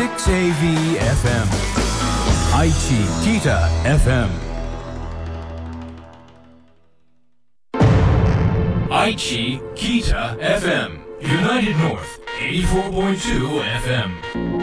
6AV FM Aichi Kita FM Aichi Kita FM United North 84.2 FM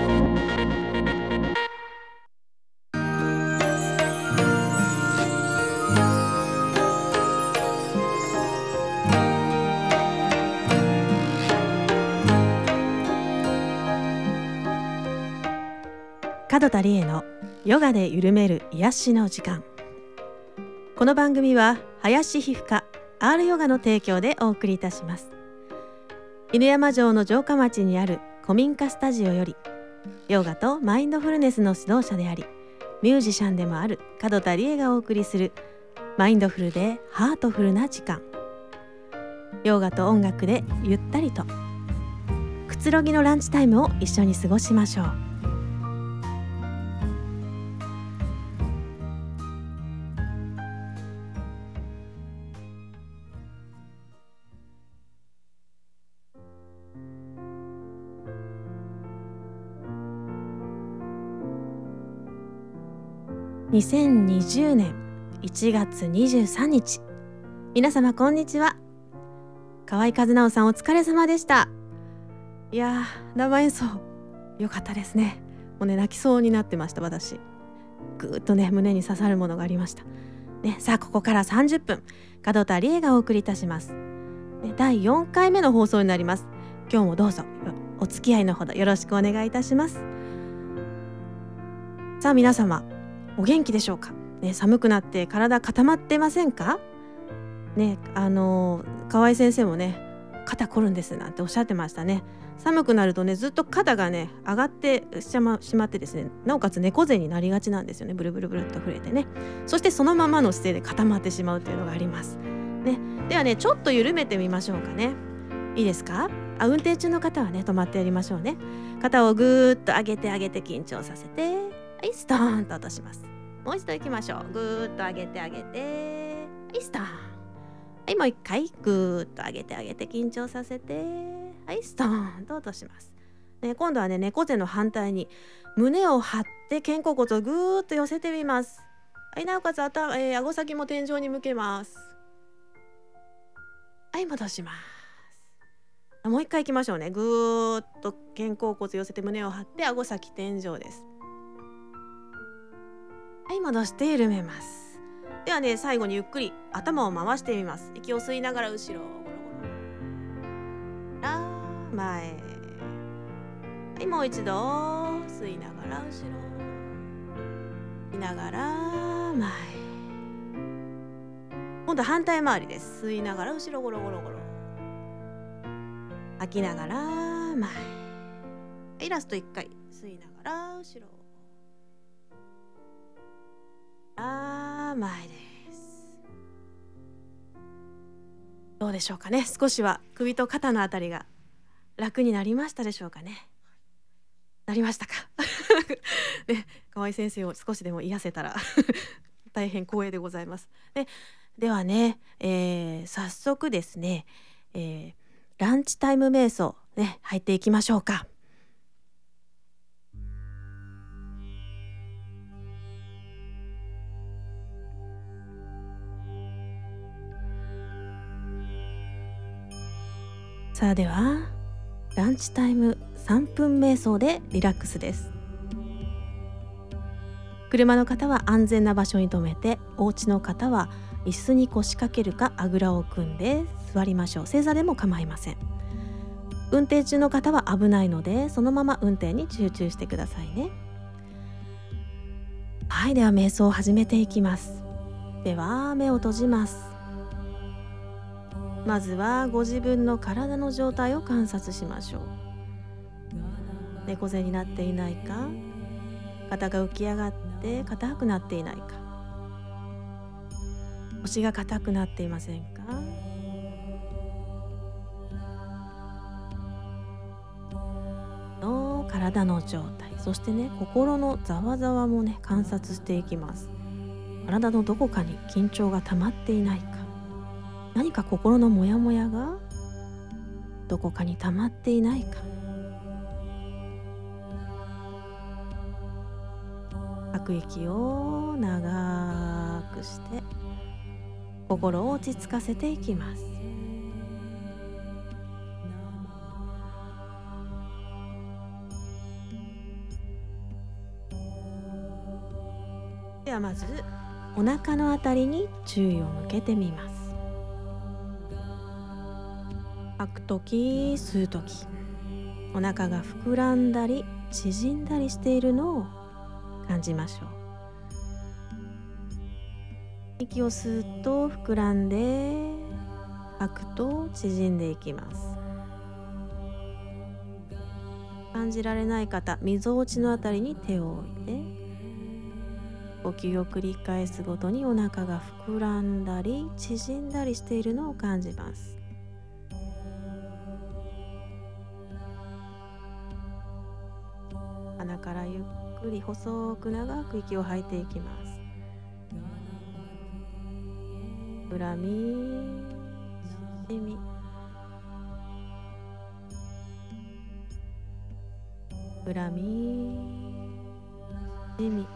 門田理恵のヨガで緩める癒しの時間。この番組は林皮膚科 R ヨガの提供でお送りいたします。犬山城の城下町にある古民家スタジオより、ヨガとマインドフルネスの指導者でありミュージシャンでもある門田理恵がお送りするマインドフルでハートフルな時間。ヨガと音楽でゆったりとくつろぎのランチタイムを一緒に過ごしましょう。2020年1月23日、皆様こんにちは。河合和直さんお疲れ様でした。いやー、生演奏良かったですね。もうね、泣きそうになってました。私ぐーっとね、胸に刺さるものがありました、ね。さあここから30分門田理恵がお送りいたします、ね。第4回目の放送になります。今日もどうぞお付き合いのほどよろしくお願いいたします。さあ皆様お元気でしょうか、ね、寒くなって体固まってませんかね。河合先生もね、肩凝るんですなんておっしゃってましたね。寒くなるとね、ずっと肩がね上がってしまってですね、なおかつ猫背になりがちなんですよね。ブルブルブルっと震えてね。そしてそのままの姿勢で固まってしまうというのがあります、ね。ではね、ちょっと緩めてみましょうかね。いいですか。運転中の方はね、止まってやりましょうね。肩をぐーっと上げて緊張させて、はい、ストーンと落とします。もう一度行きましょう。ぐーっと上げてはい、ストーン。はい、もう一回ぐーっと上げて緊張させて、はい、ストーンと落とします、ね。今度はね、猫背の反対に胸を張って肩甲骨をぐーっと寄せてみます。はい、なおかつ顎先も天井に向けます。はい、戻します。もう一回行きましょうね。ぐーっと肩甲骨寄せて胸を張って顎先天井です。はい、戻して緩めます。ではね、最後にゆっくり頭を回してみます。息を吸いながら後ろゴロゴロ、前。はい、もう一度吸いながら後ろ、吸いながら前。今度反対回りです。吸いながら後ろゴロゴロゴロ、吐きながら前。はい、ラスト1回吸いながら後ろ、前です。どうでしょうかね。少しは首と肩のあたりが楽になりましたでしょうかね。なりましたかね、河合先生を少しでも癒せたら大変光栄でございます。ではね、早速ですね、ランチタイム瞑想ね、入っていきましょうか。さあではランチタイム3分瞑想でリラックスです。車の方は安全な場所に停めて、お家の方は椅子に腰掛けるかあぐらを組んで座りましょう。正座でも構いません。運転中の方は危ないので、そのまま運転に集中してくださいね。はい、では瞑想を始めていきます。では目を閉じます。まずはご自分の体の状態を観察しましょう。猫背になっていないか、肩が浮き上がって硬くなっていないか、腰が硬くなっていませんか。の体の状態、そしてね、心のざわざわもね、観察していきます。体のどこかに緊張が溜まっていないか、何か心のモヤモヤがどこかに溜まっていないか、 吐く息を長くして心を落ち着かせていきます。ではまずお腹のあたりに注意を向けてみます。吐くとき吸うとき、お腹が膨らんだり縮んだりしているのを感じましょう。息を吸うと膨らんで、吐くと縮んでいきます。感じられない方、みぞおちのあたりに手を置いて、呼吸を繰り返すごとにお腹が膨らんだり縮んだりしているのを感じます。鼻からゆっくり細く長く息を吐いていきます。膨らみ、縮み、膨らみ、縮み。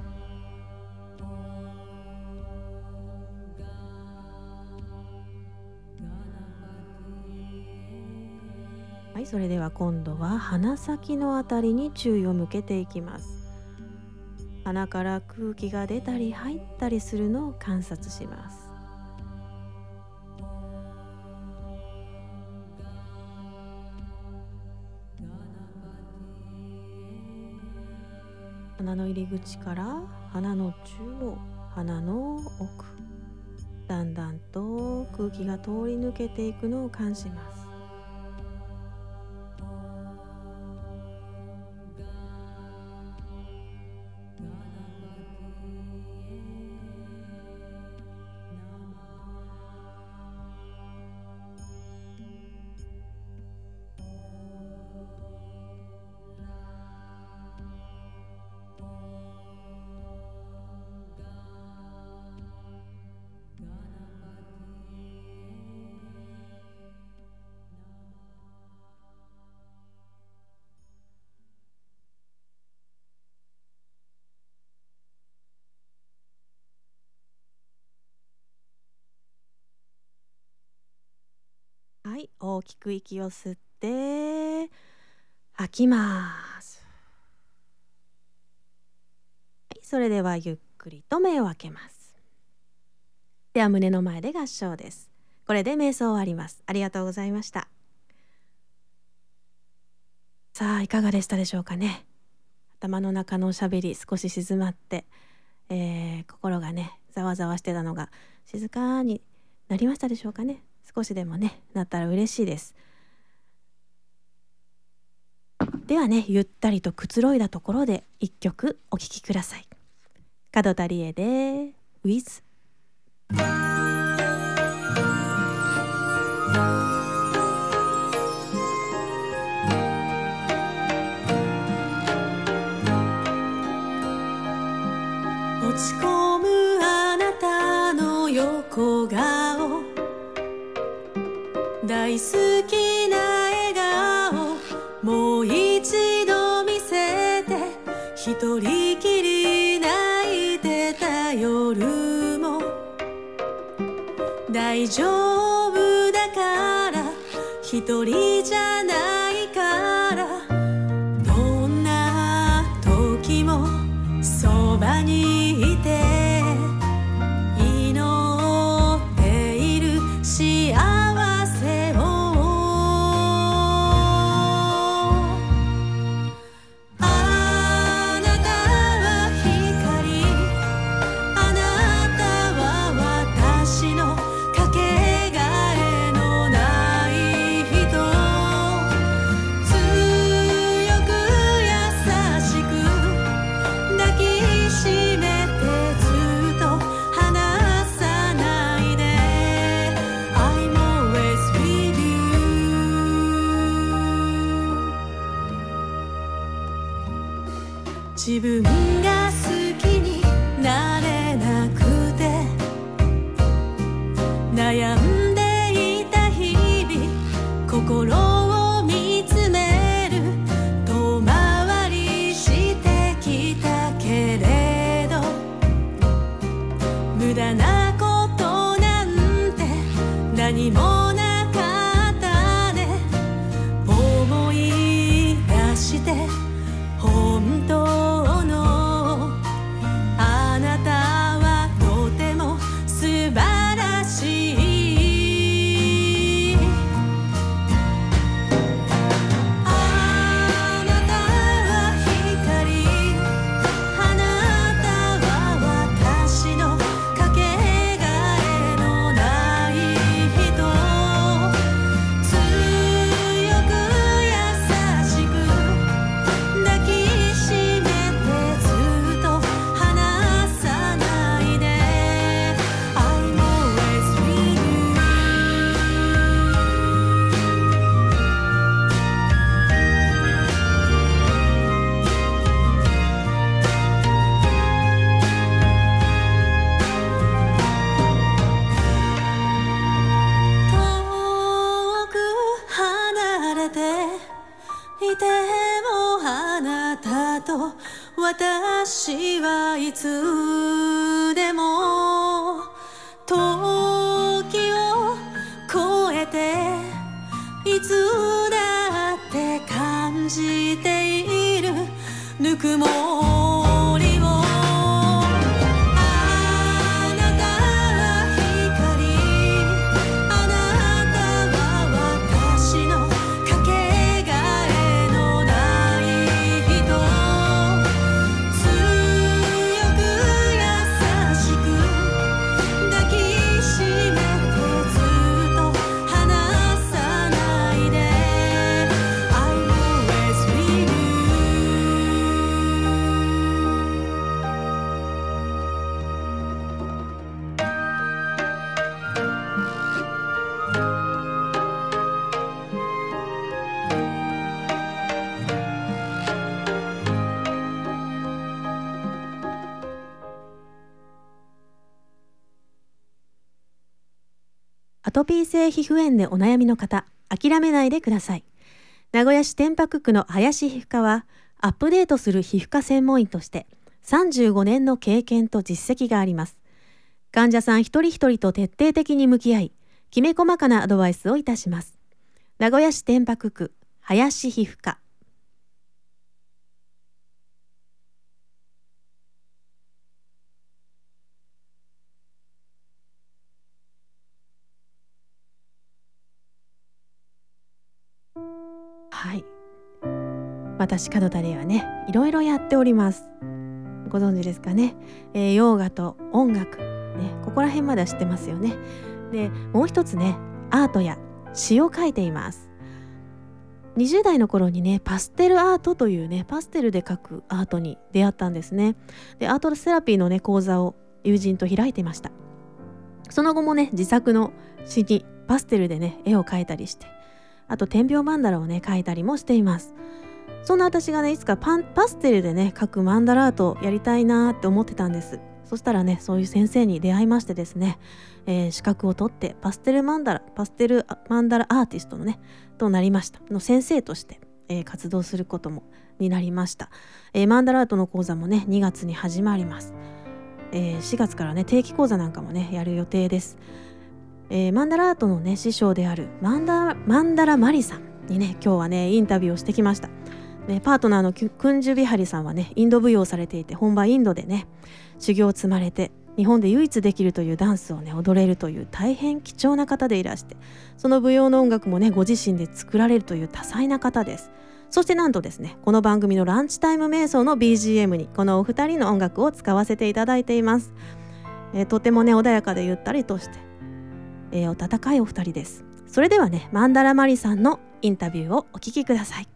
はい、それでは今度は鼻先のあたりに注意を向けていきます。鼻から空気が出たり入ったりするのを観察します。鼻の入り口から鼻の中央、鼻の奥、だんだんと空気が通り抜けていくのを感じます。はい、大きく息を吸って吐きます。はい、それではゆっくりと目を開けます。では胸の前で合掌です。これで瞑想終わります。ありがとうございました。さあ、いかがでしたでしょうかね。頭の中のおしゃべり少し静まって、心がねざわざわしてたのが静かになりましたでしょうかね。少しでもねなったら嬉しいです。ではね、ゆったりとくつろいだところで一曲お聴きください。門田理恵で With。 落ち込むあなたの横顔、大好きな笑顔、もう一度見せて。一人きり泣いてた夜も大丈夫だから、一人じゃないから、どんな時もそばにいて祈っている幸せを。あなたは光、あなたは私のかけがえのない人、強く優しく抱きしめてずっと離さないで。 I'm always with you。 自分が好きになれなくて悩んでいた日々、心を見つめる遠回りしてきたけれて本当のあなたはとても素晴らしい。私はいつでも時を超えていつだって感じているぬくもりを。 アトピー性皮膚炎でお悩みの方、諦めないでください。名古屋市天白区の林皮膚科は、アップデートする皮膚科専門医として35年の経験と実績があります。患者さん一人一人と徹底的に向き合い、きめ細かなアドバイスをいたします。名古屋市天白区林皮膚科。はい、私門田ではね、いろいろやっております。ご存知ですかね、ヨガと音楽、ね、ここら辺までは知ってますよね。で、もう一つね、アートや詩を描いています。20代の頃にね、パステルアートというね、パステルで描くアートに出会ったんですね。で、アートセラピーのね、講座を友人と開いていました。その後もね、自作の詩にパステルでね、絵を描いたりして、あと点描マンダラをね描いたりもしています。そんな私がね、いつかパステルでね描くマンダラアートをやりたいなって思ってたんです。そしたらね、そういう先生に出会いましてですね、資格を取ってパステルマンダラアーティストのねとなりました。の先生として、活動することもになりました。マンダラアートの講座もね2月に始まります。4月からね定期講座なんかもねやる予定です。マンダラアートのね師匠であるマンダラマリさんにね今日はねインタビューをしてきました。パートナーのクンジュビハリさんはねインド舞踊をされていて、本場インドでね修行を積まれて日本で唯一できるというダンスをね踊れるという大変貴重な方でいらして、その舞踊の音楽もねご自身で作られるという多彩な方です。そしてなんとですね、この番組のランチタイム瞑想の BGM にこのお二人の音楽を使わせていただいています。とてもね穏やかでゆったりとして、温かいお二人です。それではね、マンダラマリさんのインタビューをお聞きください。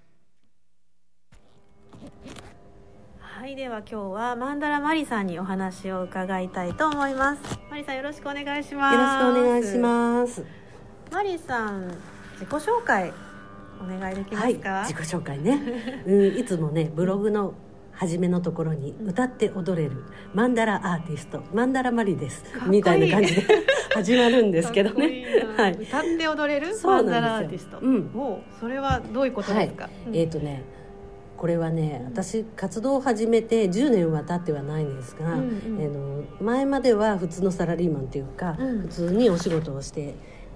はい、では今日はマンダラマリさんにお話を伺いたいと思います。マリさん、よろしくお願いします。 よろしくお願いします。 マリさん、自己紹介お願いできますか？ はい、自己紹介ね、いつもねブログの初めのところに歌って踊れるマンダラアーティストマンダラマリですみたいな感じで始まるんですけどね。 はい、歌って踊れるマンダラアーティスト、もうそれはどういうことですか？はい、 これはね、私活動を始めて10年は経ってはないんですが、前までは普通のサラリーマンというか、普通にお仕事をして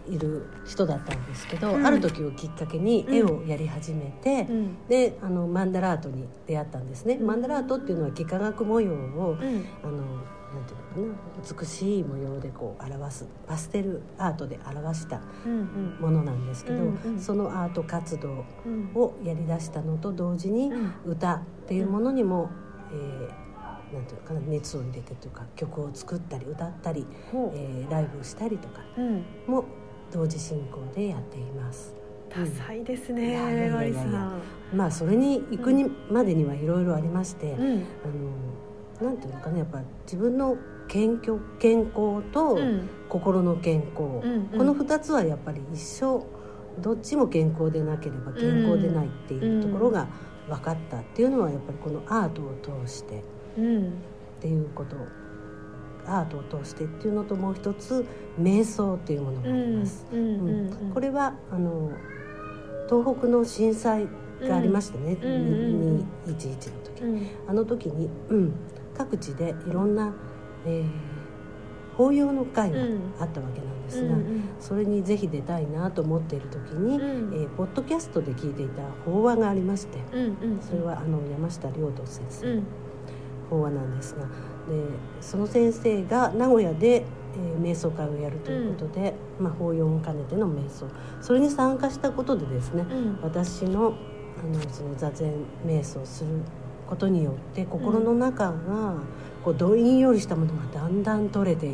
いる人だったんですけど、ある時をきっかけに絵をやり始めて、でマンダラートに出会ったんですね。マンダラートっていうのは幾何学模様を、なんていうのかな、美しい模様でこう表すパステルアートで表したものなんですけど、そのアート活動をやりだしたのと同時に、歌っていうものにも、なんていうかな、熱を入れてというか曲を作ったり歌ったり、ライブしたりとかも同時進行でやっています。 多彩ですね、マリさん。 まあそれに行くまでにはいろいろありまして、なんていうのかな、やっぱ自分の健康と心の健康、この2つはやっぱり一緒、どっちも健康でなければ健康でないっていうところが分かったっていうのは、やっぱりこのアートを通してっていうこと、アートを通してっていうのと、もう一つ瞑想っていうものがあります。これは東北の震災がありましたね、211の時、あの時に、各地でいろんな、法要の会があったわけなんですが、それにぜひ出たいなと思っている時に、ポッドキャストで聞いていた法話がありまして、それは山下良道先生の法話なんですが、でその先生が名古屋で、瞑想会をやるということで、法要も兼ねての瞑想、それに参加したことでですね、私のその座禅瞑想することによって心の中がこうどんよりしたものがだんだん取れていって、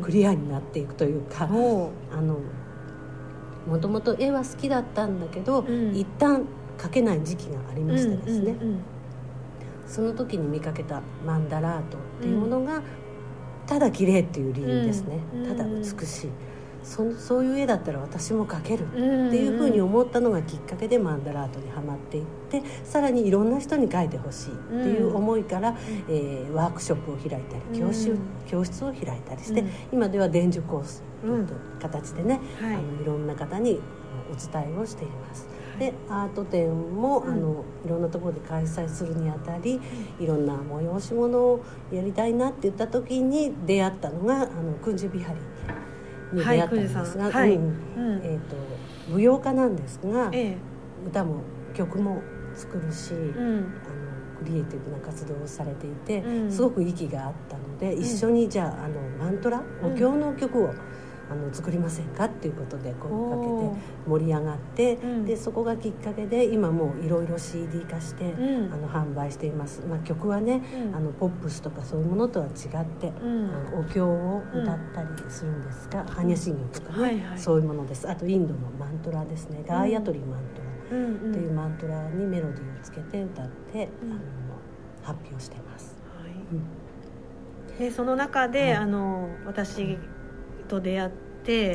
クリアになっていくというか、もともと絵は好きだったんだけど、一旦描けない時期がありましてですね、その時に見かけたマンダラートっていうものが、ただ綺麗っていう理由ですね、ただ美しい、そういう絵だったら私も描けるっていうふうに思ったのがきっかけでマンダラートにはまっていって、さらにいろんな人に描いてほしいっていう思いから、ワークショップを開いたり教室を開いたりして、今では伝授コースという形でね、いろんな方にお伝えをしています。でアート展もいろんなところで開催するにあたり、いろんな催し物をやりたいなって言った時に出会ったのがクンジュビハリに出会ったんですが、舞踊家なんですが、歌も曲も作るし、クリエイティブな活動をされていて、すごく息があったので、一緒にじゃあマントラお経の曲を作りませんかっていうことで声をかけて盛り上がって、でそこがきっかけで今もういろいろ CD 化して、販売しています。曲はね、ポップスとかそういうものとは違って、お経を歌ったりするんですが、般若心経とかね、そういうものです。あとインドのマントラですね、ガーヤトリマントラというマントラにメロディーをつけて歌って、発表しています。 でその中で、私と出会って、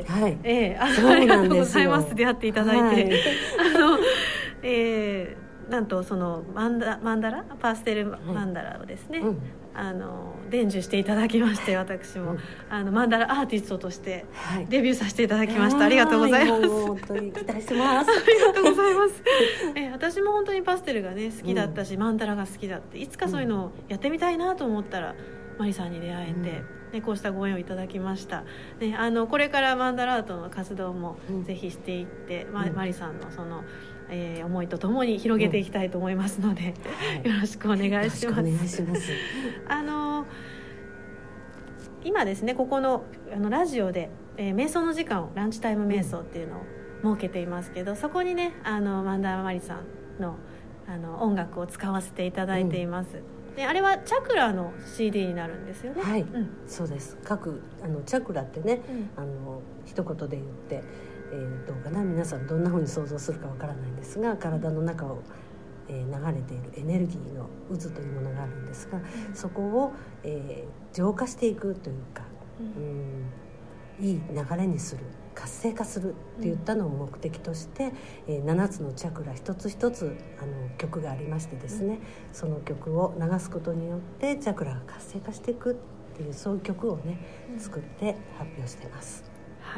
ありがとうございます。出会っていただいて、なんとそのマンダラパステルマンダラをですね、伝授していただきまして、私もマンダラアーティストとしてデビューさせていただきました。ありがとうございます。 本当に期待してます。 ありがとうございます。私も本当にパステルがね好きだったし、マンダラが好きだって、いつかそういうのをやってみたいなと思ったら、マリさんに出会えて、こうしたご縁をいただきました。これからマンダラートの活動もぜひしていって、マリさんのその、思いとともに広げていきたいと思いますので、よろしくお願いします。今ですね、ここのラジオで、瞑想の時間をランチタイム瞑想っていうのを設けていますけど、そこにねマンダラマリさんの音楽を使わせていただいています。であれはチャクラの CD になるんですよね。 はい、そうです。各チャクラってね、一言で言って、どうかな、皆さんどんな風に想像するかわからないんですが、体の中を、流れているエネルギーの渦というものがあるんですが、そこを、浄化していくというか、いい流れにする、活性化するっていったのを目的として、7つのチャクラ一つ一つ曲がありましてですね、その曲を流すことによってチャクラが活性化していくっていう、そういう曲をね作って発表してます。はい、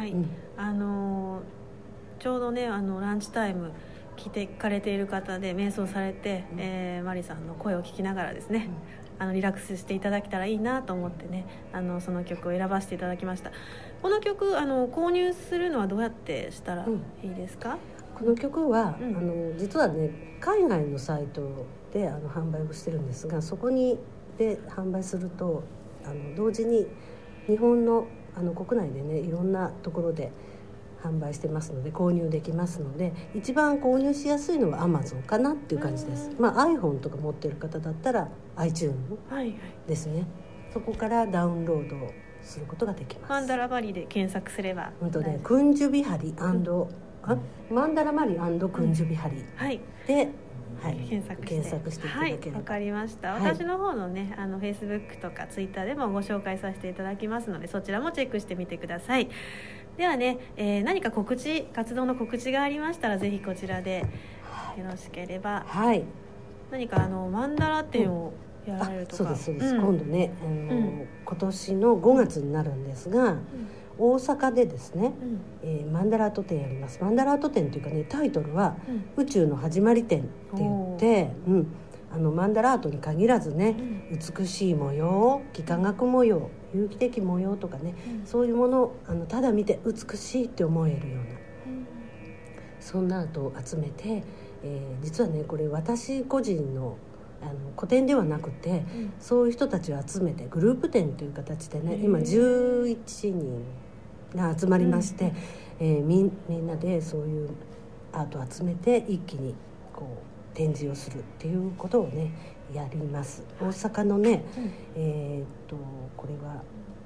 ちょうどねランチタイム聞かれている方で瞑想されて、マリさんの声を聞きながらですね、 リラックスしていただけたらいいなと思ってねその曲を選ばせていただきました。この曲購入するのはどうやってしたらいいですか？ この曲は、実はね海外のサイトで販売をしてるんですが、そこで販売すると同時に日本の国内でねいろんなところで販売してますので購入できますので、一番購入しやすいのは Amazon かなっていう感じです。iPhone とか持ってる方だったら iTunes ですね、そこからダウンロードすることができます。 マンダラマリで検索すれば、 クンジュビハリマンダラマリクンジュビハリで、検索していただければ。 わかりました。私の方のねFacebook とか Twitter でもご紹介させていただきますので、そちらもチェックしてみてください。ではね、何か活動の告知がありましたらぜひこちらでよろしければ。何かマンダラ展をやられるとか。 そうです、今度ね今年の5月になるんですが、大阪でですね、マンダラアート展やります。マンダラアート展というかね、タイトルは宇宙の始まり展って言って、マンダラアートに限らずね、美しい模様、幾何学模様、有機的模様とかね、そういうものをただ見て美しいって思えるような、そんなアートを集めて、実はねこれ私個人の個展ではなくて、そういう人たちを集めてグループ展という形でね、今11人が集まりまして、みんなでそういうアートを集めて一気にこう展示をするっていうことをねやります。大阪のね、これは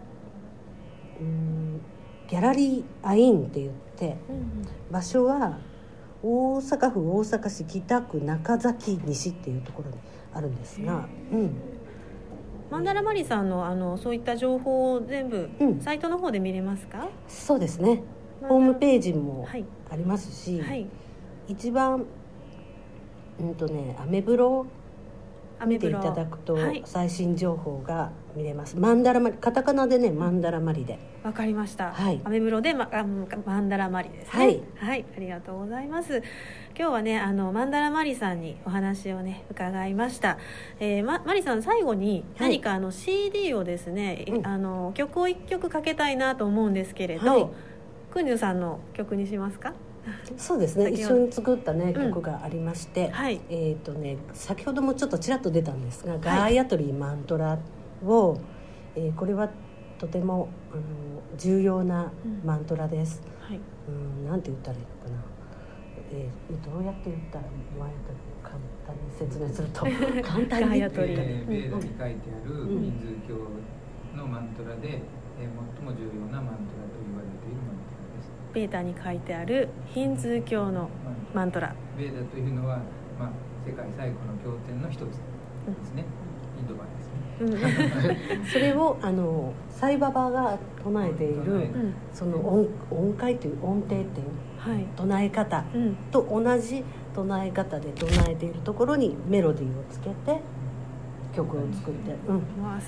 ギャラリーアインって言って、場所は大阪府大阪市北区中崎西っていうところにあるんですが、 マンダラマリさんのそういった情報を全部、サイトの方で見れますか？ そうですね、ホームページもありますし、一番アメブロ見ていただくと最新情報が見れます。マンダラマリ、カタカナでねマンダラマリで。 わかりました。アメブロで、マンダラマリですね。ありがとうございます。今日はねマンダラマリさんにお話をね伺いました。マリさん、最後に何かCD をですね、曲を1曲かけたいなと思うんですけれど、クンジュさんの曲にしますか？ そうですね、一緒に作ったね曲がありまして、先ほどもちょっとちらっと出たんですが、ガーヤトリーマントラを、これはとても重要なマントラです。なんて言ったらいいのかな、どうやって言ったら簡単に説明すると簡単にベーダに書いてあるヒンズー教のマントラで、最も重要なマントラと言われているマントラです。 ベーダに書いてあるヒンズー教のマントラ。 ベーダというのは、世界最古の経典の一つですね。インド版ですね。 それをサイババが唱えている、その音階という音程っていう唱え方と同じ唱え方で唱えているところにメロディーをつけて曲を作って、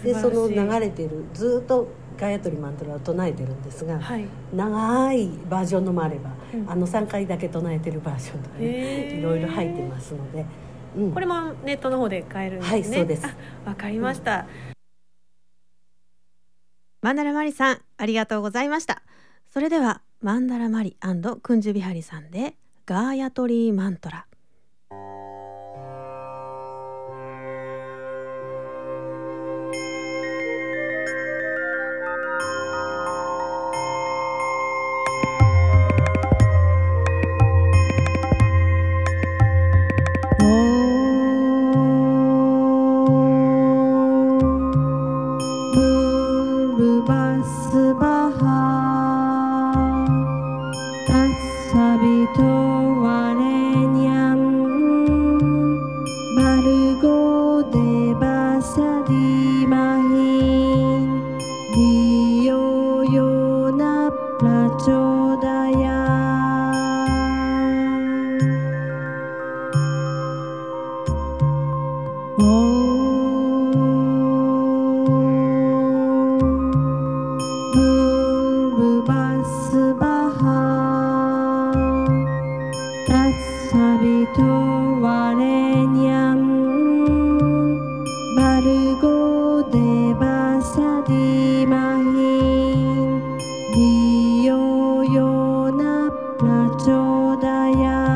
でその流れているずっとガヤトリマントラを唱えてるんですが、長いバージョンのもあれば、3回だけ唱えてるバージョンとかね、いろいろ入ってますので、 これもネットの方で買えるんですね。 そうです。 わかりました。 マンダラマリさん、ありがとうございました。それではマンダラマリ&クンジュビハリさんでガーヤトリーマントラ。 Sabi to Vareniam Bargo ラジオだや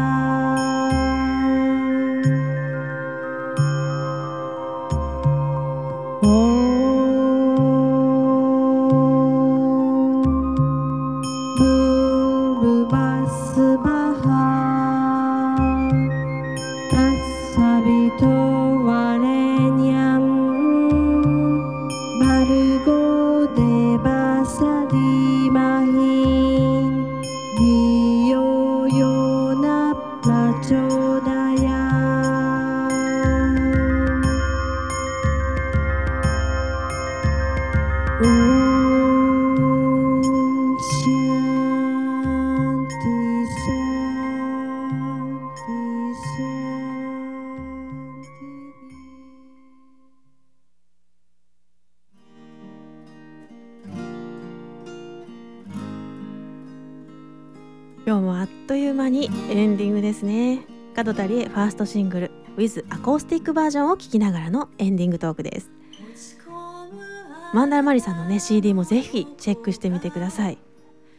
今日もあっという間にエンディングですね。門田理恵ファーストシングル With アコースティックバージョンを聴きながらのエンディングトークです。マンダラマリさんのね CD もぜひチェックしてみてください。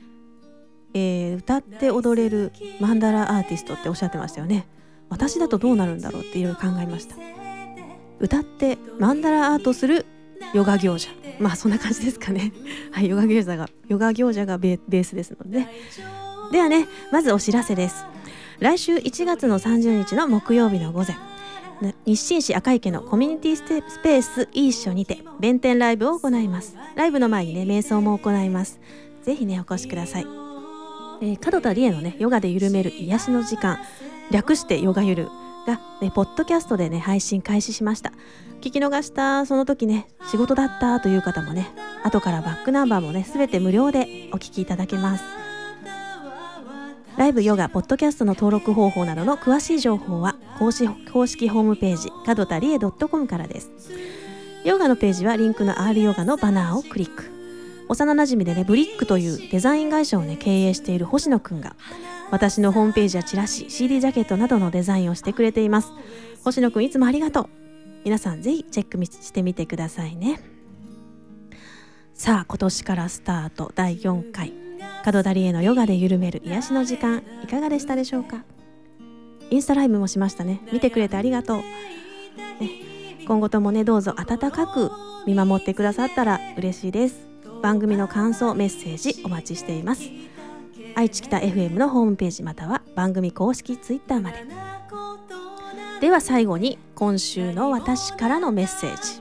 歌って踊れるマンダラアーティストっておっしゃってましたよね。私だとどうなるんだろうっていろいろ考えました。歌ってマンダラアートするヨガ行者、まあそんな感じですかね。はい、ヨガ行者がベースですので、ね、ではね、まずお知らせです。来週1月の30日の木曜日の午前、日清市赤池のコミュニティスペースいいっしょにて弁天ライブを行います。ライブの前にね瞑想も行います。ぜひねお越しください。門田理恵のねヨガで緩める癒しの時間、略してヨガゆるが、ね、ポッドキャストでね配信開始しました。聞き逃したその時ね仕事だったという方もね、後からバックナンバーもねすべて無料でお聞きいただけます。ライブヨガポッドキャストの登録方法などの詳しい情報は公式ホームページ門田理恵 .com からです。ヨガのページはリンクの R ヨガのバナーをクリック。幼なじみでねブリックというデザイン会社をね経営している星野くんが私のホームページやチラシ CD ジャケットなどのデザインをしてくれています。星野くんいつもありがとう。皆さんぜひチェックしてみてくださいね。さあ今年からスタート第4回門田理恵のヨガで緩める癒しの時間、いかがでしたでしょうか。インスタライブもしましたね。見てくれてありがとう、ね、今後ともねどうぞ温かく見守ってくださったら嬉しいです。番組の感想メッセージお待ちしています。愛知北 FM のホームページまたは番組公式ツイッターまで。では最後に今週の私からのメッセージ。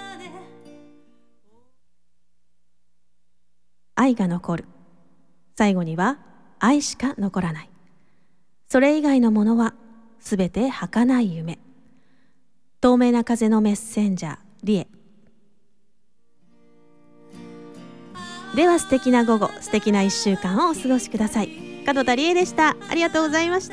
愛が残る。最後には愛しか残らない。それ以外のものはすべて儚い夢。透明な風のメッセンジャーリエ。では素敵な午後、素敵な1週間をお過ごしください。門田理恵でした。ありがとうございました。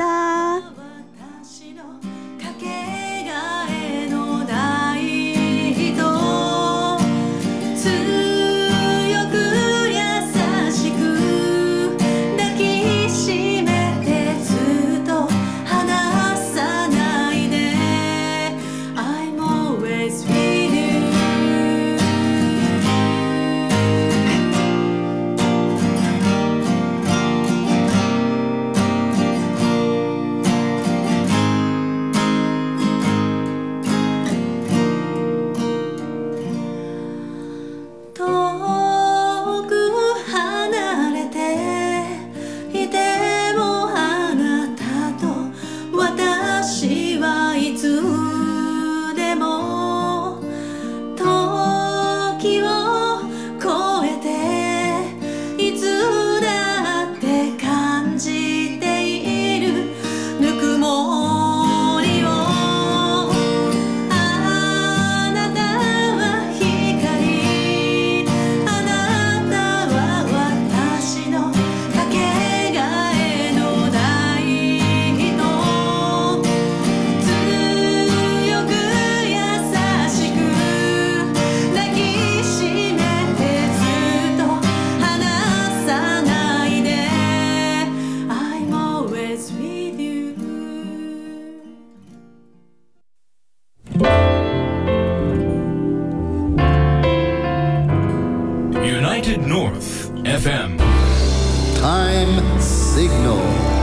United North FM Time Signal